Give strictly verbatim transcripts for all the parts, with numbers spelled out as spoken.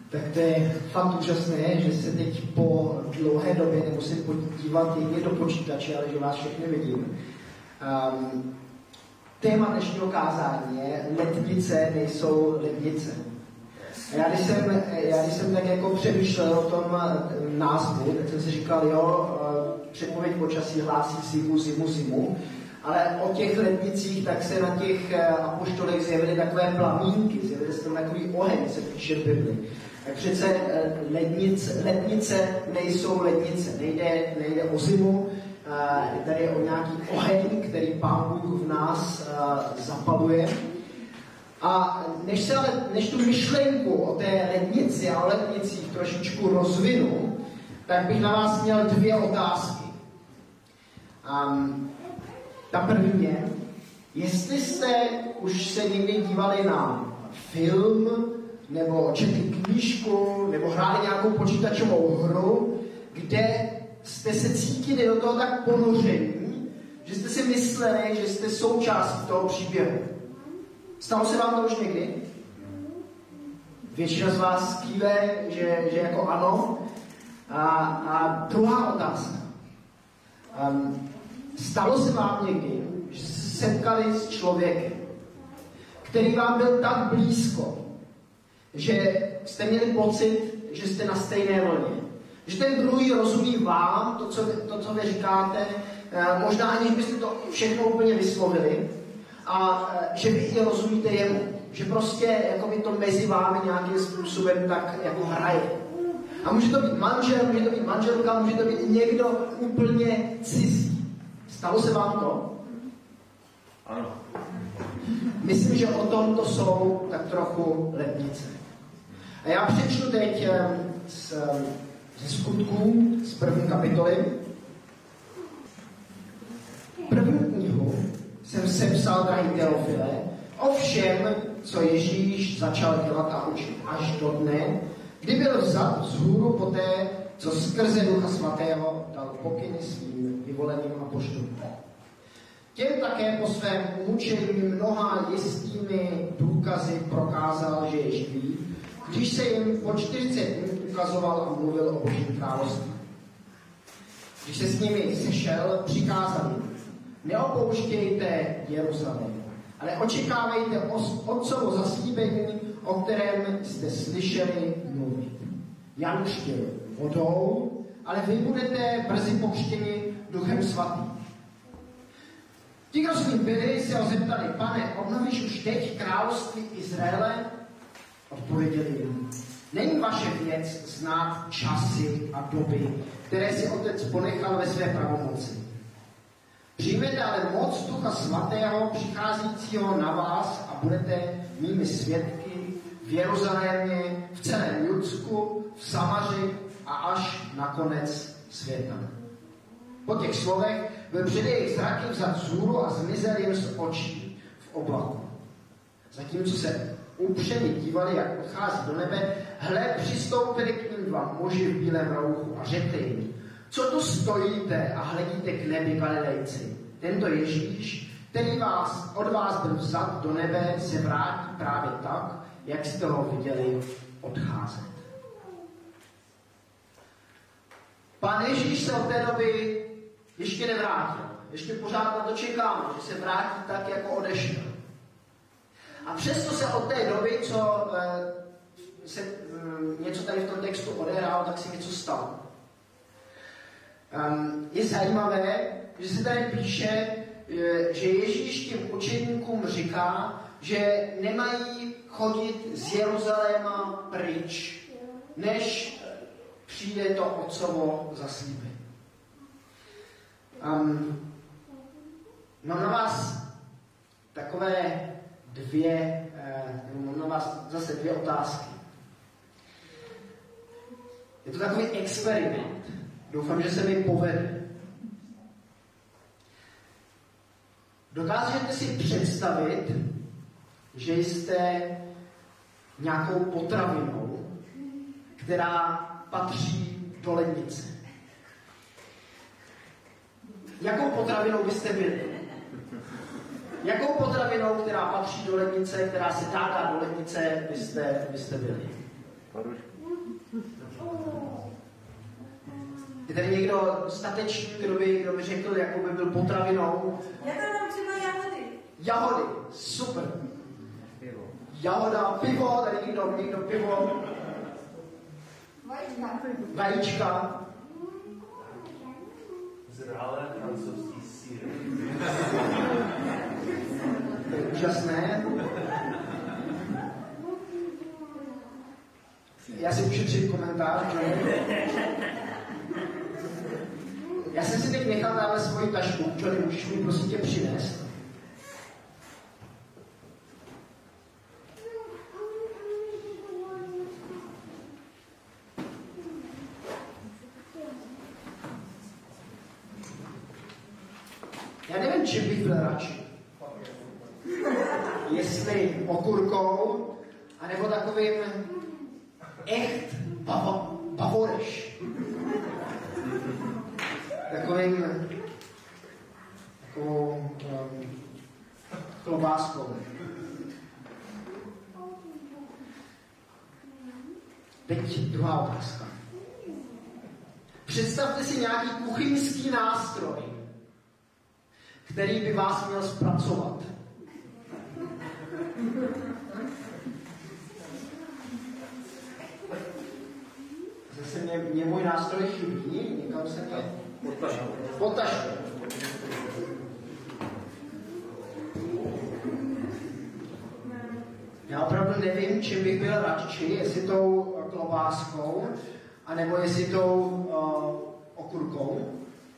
Tak to je fakt úžasné, že se teď po dlouhé době nemusím podívat jedině do počítače, ale že vás všechny vidím. Um, téma dnešního kázání je letnice nejsou lednice. A já když, jsem, já když jsem tak jako přemýšlel o tom názvu, tak jsem si říkal, jo, předpověď počasí hlásí zimu, zimu, zimu, ale o těch letnicích tak se na těch apoštolech zjevily takové plamínky, zjevily se tam takový oheň, se píše v Bibli. Tak přece lednice, letnice nejsou lednice, nejde, nejde o zimu, je tady o nějaký oheň, který Pán Bůh v nás zapaluje. A než, se ale, než tu myšlenku o té lednici a o lednicích trošičku rozvinu, tak bych na vás měl dvě otázky. Um, ta první je, jestli jste už se někdy dívali na film, nebo četli knížku, nebo hráli nějakou počítačovou hru, kde jste se cítili do toho tak ponoření, že jste si mysleli, že jste součástí toho příběhu. Stalo se vám to už někdy? Většina z vás kýve, že, že jako ano. A, a druhá otázka. Um, stalo se vám někdy, že jste se setkali s člověkem, který vám byl tak blízko, že jste měli pocit, že jste na stejné vlně. Že ten druhý rozumí vám, to, co, to, co vy říkáte, možná aniž byste to všechno úplně vyslovili, a že vy i rozumíte jemu. Že prostě jako by to mezi vámi nějakým způsobem tak jako hraje. A může to být manžel, může to být manželka, může to být někdo úplně cizí. Stalo se vám to? Ano. Myslím, že o tom to jsou tak trochu letnice. A já přečtu teď z, ze skutků z první kapitoly. První knihu jsem sepsal, drahý Teofile, o všem, co Ježíš začal dělat a učit, až do dne, kdy byl vzat vzhůru poté, co skrze Ducha Svatého dal pokyny svým vyvoleným apoštolům. Těm také po svém umučení mnoha jistými důkazy prokázal, že je živý, když se jim po čtyřicet dní ukazoval a mluvil o Božím království. Když se s nimi sešel, přikázal jim: neopouštějte Jeruzalém, ale očekávejte Otcovo zaslíbení, o kterém jste slyšeli mluvit. Jan křtil vodou, ale vy budete brzy pokřtěni Duchem Svatým. Ti, kdo s ním byli, se ho zeptali: Pane, obnovíš už teď království Izraele? Odpověděli jim: není vaše věc znát časy a doby, které si Otec ponechal ve své pravomoci. Přijmete ale moc Ducha Svatého, přicházejícího na vás, a budete mými svědky v Jeruzalémě, v celém Judsku, v Samaři a až na konec světa. Po těch slovech byl před jejich zraky vzat vzhůru a zmizel jim z očí v oblaku. Zatímco se upřeně dívali, jak odchází do nebe, hle, přistoupili k ním dva muži v bílém rouchu a řekli jim: co tu stojíte a hledíte k nebi, Galilejci? Tento Ježíš, který vás, od vás byl vzat do nebe, se vrátí právě tak, jak jste ho viděli odcházet. Pán Ježíš se od té doby ještě nevrátil. Ještě pořád na to čekáme, že se vrátí tak, jako odešel. A přesto se od té doby, co e, se e, něco tady v tom textu odehrálo, tak se něco stalo. Um, je zajímavé, že se tady píše, že Ježíš těm učeníkům říká, že nemají chodit z Jeruzaléma pryč, než přijde to Otcovo zaslíbení. Um, no na vás takové dvě, uh, mám na vás zase dvě otázky. Je to takový experiment. Doufám, že se mi povede. Dokážete si představit, že jste nějakou potravinou, která patří do lednice. Jakou potravinou byste byli? Jakou potravinou, která patří do lednice, která se dá dát do lednice, byste, byste byli? Parušku. Je tady někdo statečný, kdo by, kdo by řekl, jako by byl potravinou? Já tam mám třeba jahody. Jahody, super. Pivo. Jahoda, pivo, tady někdo, někdo pivo. Vajíčka. Vajíčka. Zralé francouzský sýr. To je úžasné. Já si ušetřím komentář, že? Já jsem si teď nechal dále svoji tašku, Johnny, můžeš mi prosím tě přinést? Já nevím, čím bych byl radši. Jestli okurkou, anebo takovým echt bavo, bavoreš. Takovým takovou um, klobáskou. Teď druhá otázka. Představte si nějaký kuchyňský nástroj, který by vás měl zpracovat. Zase mě, mě můj nástroj chybí, někam se mě... Potažku. Potažku. Já opravdu nevím, čím bych byl radši, jestli tou klobáskou, anebo jestli tou uh, okurkou.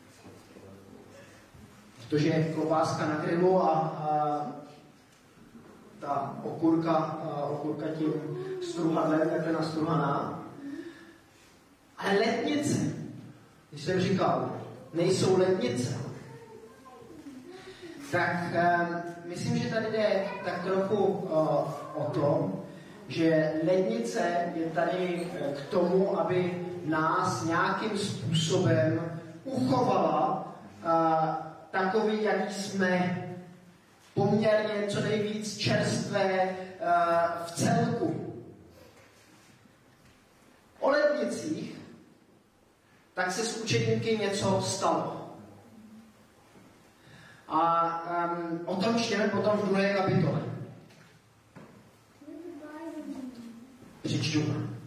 Protože je klobáska na grilu a, a ta okurka, a okurka tím struhadlem, takhle nastruhaná. Ale letnice, když jsem říkal, nejsou letnice, tak um, myslím, že tady jde tak trochu uh, o to, že lednice je tady k tomu, aby nás nějakým způsobem uchovala uh, takový, jaký jsme, poměrně co nejvíc čerstvé uh, v celku. O lednicích tak se s učeníky něco stalo. A um, o tom čteme potom v druhé kapitole. Přečtu.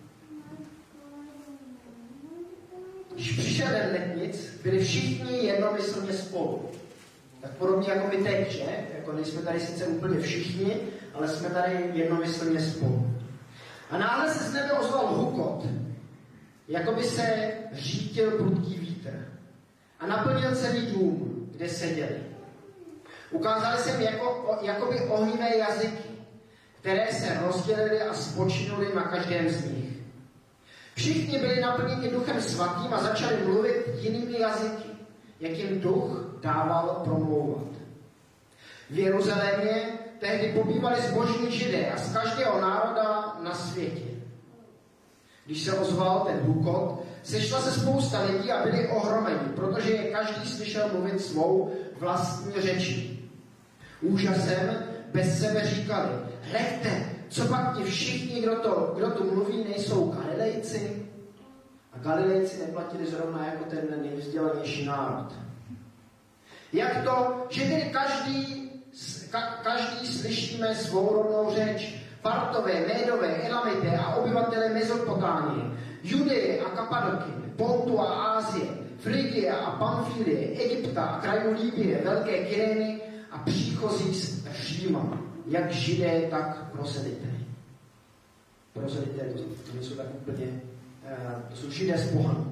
Když přišel den letnic, byli všichni jednomyslně spolu. Tak podobně jako my teď, že? Jako nejsme tady sice úplně všichni, ale jsme tady jednomyslně spolu. A náhle se z nebe ozval hukot, jako by se řítil prudký vítr. A naplnil celý dům, kde seděli. Ukázali se jim jako, jakoby ohnivé jazyky, které se rozdělily a spočinuly na každém z nich. Všichni byli naplněni Duchem Svatým a začali mluvit jinými jazyky, jak jim Duch dával promlouvat. V Jeruzalémě tehdy pobývali zbožní Židé a z každého národa na světě. Když se ozval ten hukot, sešla se spousta lidí a byli ohromeni, protože je každý slyšel mluvit svou vlastní řečí. Úžasem bez sebe říkali, hleďte, co pak ti všichni, kdo to, kdo tu mluví, nejsou Galilejci? A Galilejci neplatili zrovna jako ten nejvzdělanější národ. Jak to, že tedy každý, ka, každý slyšíme svou rodnou řeč, Partové, Médové, Elamité a obyvatele Mezopotámie, Judeje a Kapadoky, Pontu a Ázie, Frigie a Pamfílie, Egypta a krajů Líbie, Velké Kyrény a příchozí z Říma, jak Židé, tak proselité. Proselité, to nejsou tak úplně, to jsou Židé z pohanů.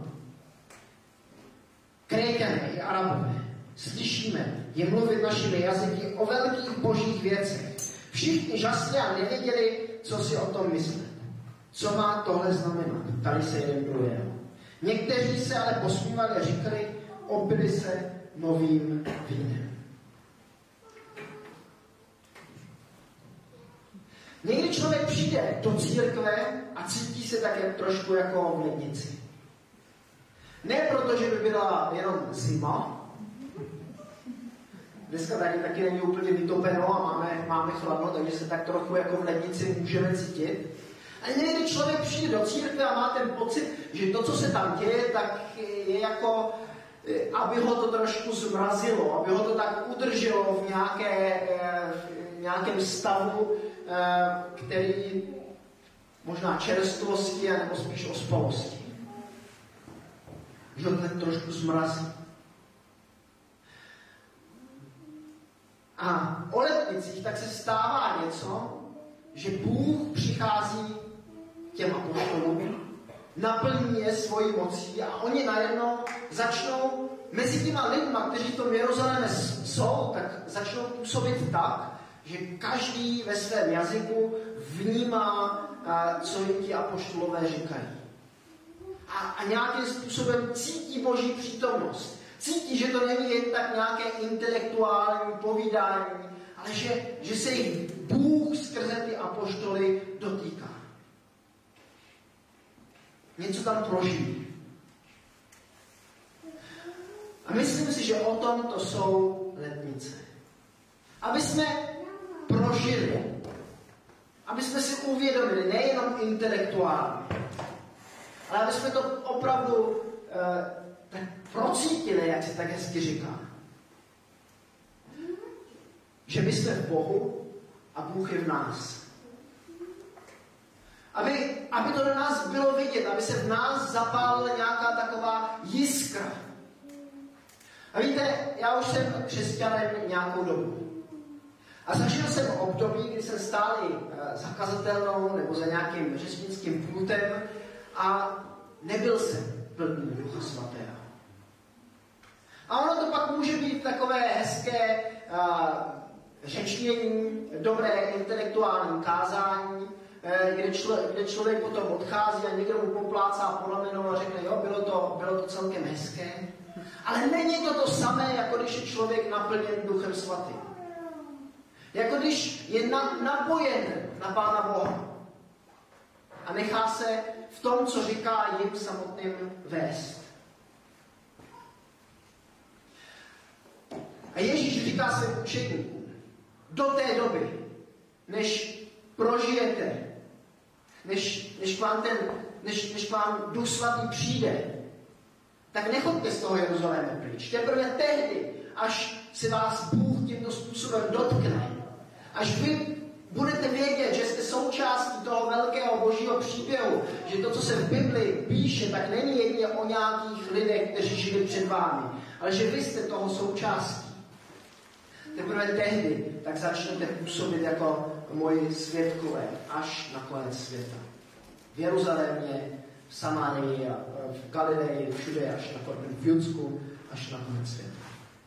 Kréťané i Arabové, slyšíme je mluvit našimi jazyky o velkých božích věcech. Všichni žasli a nevěděli, co si o tom myslet. Co má tohle znamenat? Ptali se jeden druhého. Někteří se ale posmívali a říkali, opili se novým vínem. Někdy člověk přijde do církve a cítí se tak jen trošku jako v lednici. Ne proto, že by byla jenom zima. Dneska tady taky není úplně vytopeno a máme, máme chladno, takže se tak trochu jako v lednici můžeme cítit. A někdy člověk přijde do církve a má ten pocit, že to, co se tam děje, tak je jako, aby ho to trošku zmrazilo, aby ho to tak udrželo v, nějaké, v nějakém stavu, který možná čerstvosti, nebo spíš ospalosti. Že ho tak trošku zmrazí. A o letnicích tak se stává něco, že Bůh přichází těm apoštolům, naplní je svojí mocí a oni najednou začnou mezi těma lidma, kteří v tom Jeruzalémě jsou, tak začnou působit tak, že každý ve svém jazyku vnímá, co jim ti apoštolové říkají. A, a nějakým způsobem cítí Boží přítomnost. Cítí, že to není jen tak nějaké intelektuální povídání, ale že, že se jich Bůh skrze ty apoštoly dotýká. Něco tam prožijí. A myslím si, že o tom to jsou letnice. Aby jsme prožili, aby jsme si uvědomili, nejenom intelektuálně, ale aby jsme to opravdu eh, tak procítili, jak se tak hezky říká. Že my jsme v Bohu a Bůh je v nás. Aby, aby to do nás bylo vidět, aby se v nás zapálila nějaká taková jiskra. A víte, já už jsem křesťanem nějakou dobu. A zažil jsem období, kdy jsem stál za kazatelnou nebo za nějakým řečnickým pultem a nebyl jsem plný Ducha Svatého. A ono to pak může být takové hezké uh, řečnění, dobré intelektuální kázání, kde, člo, kde člověk potom odchází a někdo mu poplácá po ramenou a řekne, jo, bylo to, bylo to celkem hezké. Ale není to to samé, jako když je člověk naplněn Duchem Svatým. Jako když je na, napojen na Pána Boha a nechá se v tom, co říká, jim samotným vést. A Ježíš říká svým učeníkům, do té doby, než prožijete, než, než, k vám ten, než, než k vám Duch Svatý přijde, tak nechoďte z toho Jeruzaléma pryč. Teprve tehdy, až se vás Bůh tímto způsobem dotkne, až vy budete vědět, že jste součástí toho velkého božího příběhu, že to, co se v Bibli píše, tak není jedině o nějakých lidech, kteří žili před vámi, ale že vy jste toho součástí. Teprve tehdy tak začnete působit jako moji svědkové až na konec světa. V Jeruzalémě, v Samárii, v Galileji, všude až na konec, v Judsku, až na konec světa.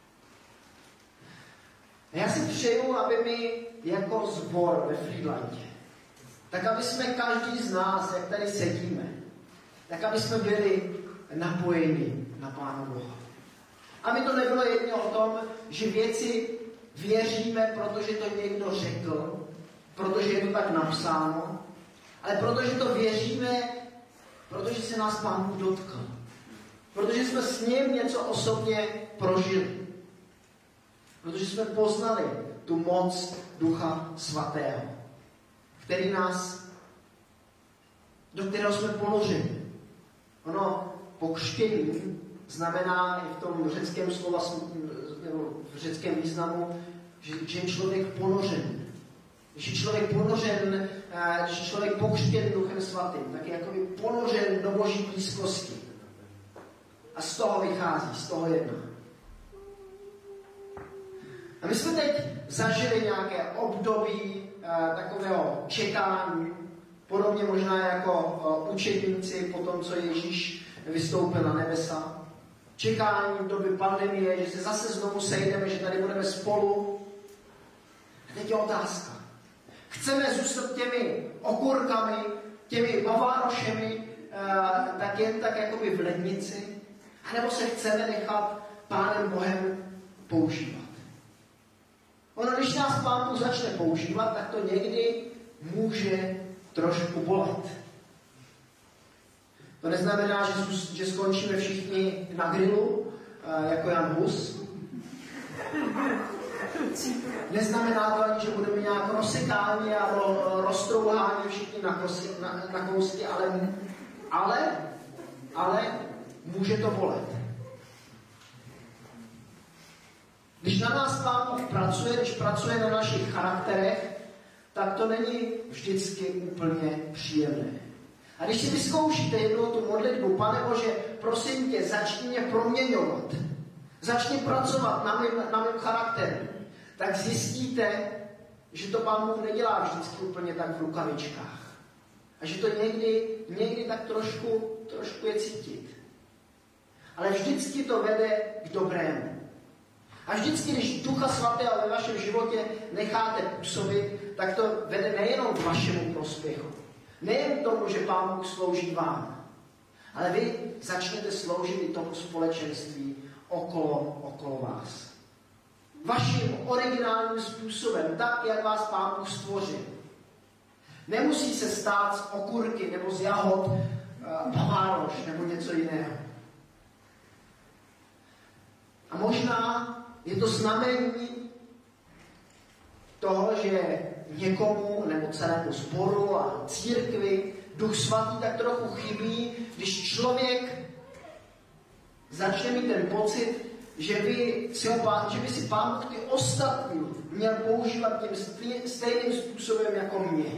A já si přeju, aby my jako sbor ve Friedlandě, tak aby jsme každý z nás, jak tady sedíme, tak aby jsme byli napojeni na Pána Boha. Aby to nebylo jedno o tom, že věci věříme, protože to někdo řekl, protože je to tak napsáno, ale protože to věříme, protože se nás Pán Bůh dotkl. Protože jsme s ním něco osobně prožili. Protože jsme poznali tu moc Ducha Svatého, který nás, do kterého jsme ponořili. Ono pokřtění znamená i v tom řeckém slova, nebo v řeckém významu, že, že je člověk ponořen. Když je člověk ponořen, když je člověk pokřtěn Duchem Svatým, tak je jakoby ponořen do Boží blízkosti. A z toho vychází, z toho jedná. A my jsme teď zažili nějaké období uh, takového čekání, podobně možná jako uh, učedníci po tom, co Ježíš vystoupil na nebesa. Čekání v době pandemie, že se zase znovu sejdeme, že tady budeme spolu. A teď je otázka. Chceme zůstat těmi okurkami, těmi bavárošemi, uh, tak jen tak jakoby v lednici, anebo se chceme nechat Pánem Bohem používat. Ono, když nás Pán Bůh začne používat, tak to někdy může trošku bolet. To neznamená, že, že skončíme všichni na grilu, jako Jan Hus. Neznamená to ani, že budeme nějak rozsekáni a ro, roztrouháni všichni na, kosy, na, na kousky, ale, ale, ale může to bolet. Když na nás Pán Bůh pracuje, když pracuje na našich charakterech, tak to není vždycky úplně příjemné. A když si vyzkoušíte jednou tu modlitbu, Pane Bože, prosím tě, začni mě proměňovat. Začni pracovat na mém, na mém charakteru. Tak zjistíte, že to Pán Bůh nedělá vždycky úplně tak v rukavičkách. A že to někdy, někdy tak trošku, trošku je cítit. Ale vždycky to vede k dobrému. A vždycky, když Ducha Svatého ve vašem životě necháte působit, tak to vede nejenom k vašemu prospěchu. Nejen tomu, že Pán Bůh slouží vám, ale vy začnete sloužit i tomu společenství okolo, okolo vás. Vaším originálním způsobem, tak, jak vás Pán Bůh stvořil. Nemusí se stát z okurky nebo z jahod uh, bavároš nebo něco jiného. A možná je to znamení toho, že někomu nebo celému sboru a církvi Duch Svatý tak trochu chybí, když člověk začne mít ten pocit, že by si, pán, že by si Pán Bůh ty ostatní měl používat tím stejným způsobem jako mě.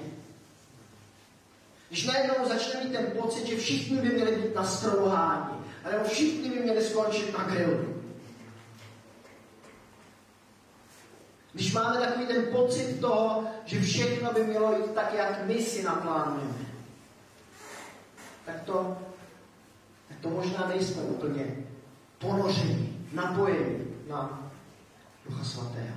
Když najednou začne mít ten pocit, že všichni by měli být na strouhání, nebo všichni by měli skončit na grilu. Když máme takový ten pocit toho, že všechno by mělo jít tak, jak my si naplánujeme, tak to, tak to možná nejsme úplně ponoření, napojení na Ducha Svatého.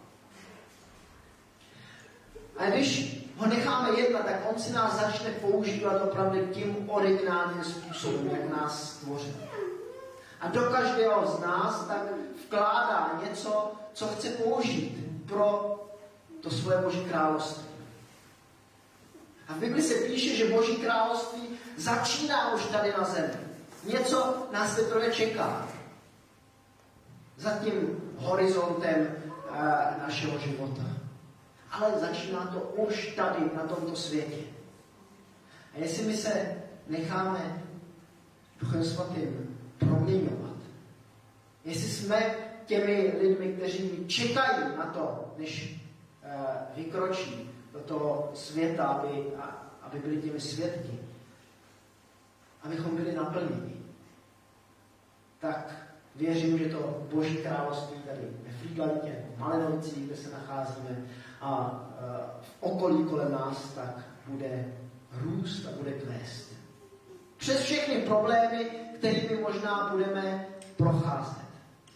A když ho necháme jednat, tak on si nás začne používat opravdu tím originálním způsobem, jak nás stvořil. A do každého z nás tak vkládá něco, co chce použít pro to svoje Boží království. A v Bibli se píše, že Boží království začíná už tady na zemi. Něco nás teprve čeká. Za tím horizontem uh, našeho života. Ale začíná to už tady, na tomto světě. A jestli my se necháme Duchem Svatým proměňovat, jestli jsme těmi lidmi, kteří čekají na to, než uh, vykročí do toho světa, aby, a, aby byli těmi svědky, abychom byli naplněni, tak věřím, že to Boží království tady ve Frýdlantě, v Malenovicích, kde se nacházíme, a uh, v okolí kolem nás, tak bude růst a bude kvést. Přes všechny problémy, kterými možná budeme procházet.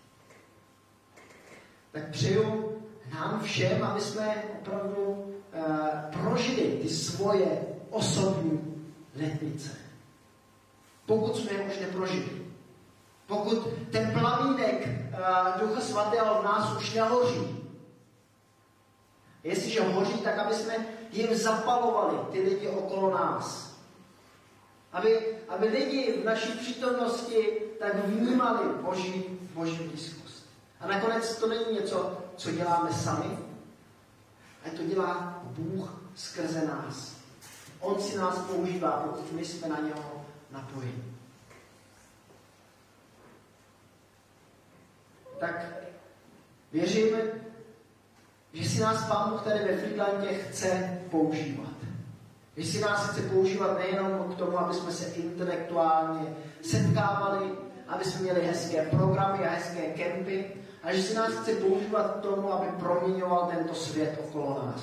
Tak přeju nám všem, aby jsme opravdu uh, prožili ty svoje osobní letnice. Pokud jsme je už neprožili. Pokud ten plamínek uh, Ducha Svatého v nás už nehoří. Jestliže hoří, tak aby jsme jim zapalovali ty lidi okolo nás. Aby, aby lidi v naší přítomnosti tak vnímali Boží, Boží blízkost. A nakonec to není něco, co děláme sami, ale to dělá Bůh skrze nás. On si nás používá, pokud my jsme na něho napojeni. Tak věřím, že si nás Pán Bůh tady ve Frýdlantě chce používat. Že si nás chce používat nejenom k tomu, aby jsme se intelektuálně setkávali, aby jsme měli hezké programy a hezké kempy, ale že si nás chce používat k tomu, aby proměňoval tento svět okolo nás.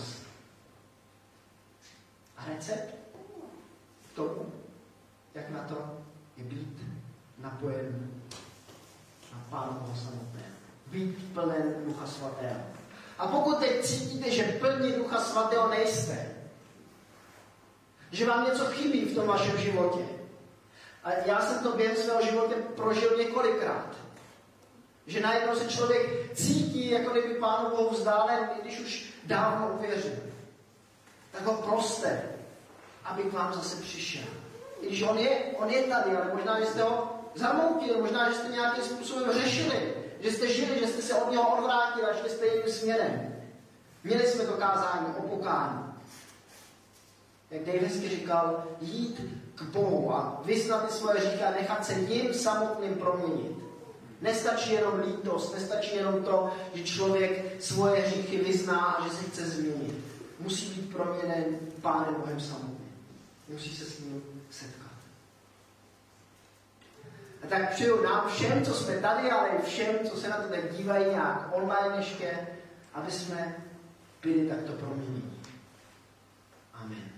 A recept k tomu, jak na to je být napojen na Pána Boha samotného. Být plnen Ducha Svatého. A pokud teď cítíte, že plní Ducha Svatého nejste, že vám něco chybí v tom vašem životě, a já jsem to během svého života prožil několikrát, že najednou se člověk cítí, jako kdyby Pánu Bohu vzdálen, když už dávno uvěřil, tak ho proste, aby k vám zase přišel. I když on je, on je tady, ale možná, že jste ho zamoutili, možná, že jste nějakým způsobem řešili že jste žili, že jste se od něho odvrátili a šli jste jiným směrem. Měli jsme to kázání o pokání. Jak Dave hezky říkal, jít k Bohu a vyznat ty svoje hříchy a nechat se jim samotným proměnit. Nestačí jenom lítost, nestačí jenom to, že člověk svoje hříchy vyzná a že se chce změnit. Musí být proměněn Pánem Bohem samotným. Musí se s ním setkat. A tak přeju nám všem, co jsme tady, ale i všem, co se na to tak dívají nějak online ještě, aby jsme byli takto proměněni. Amen.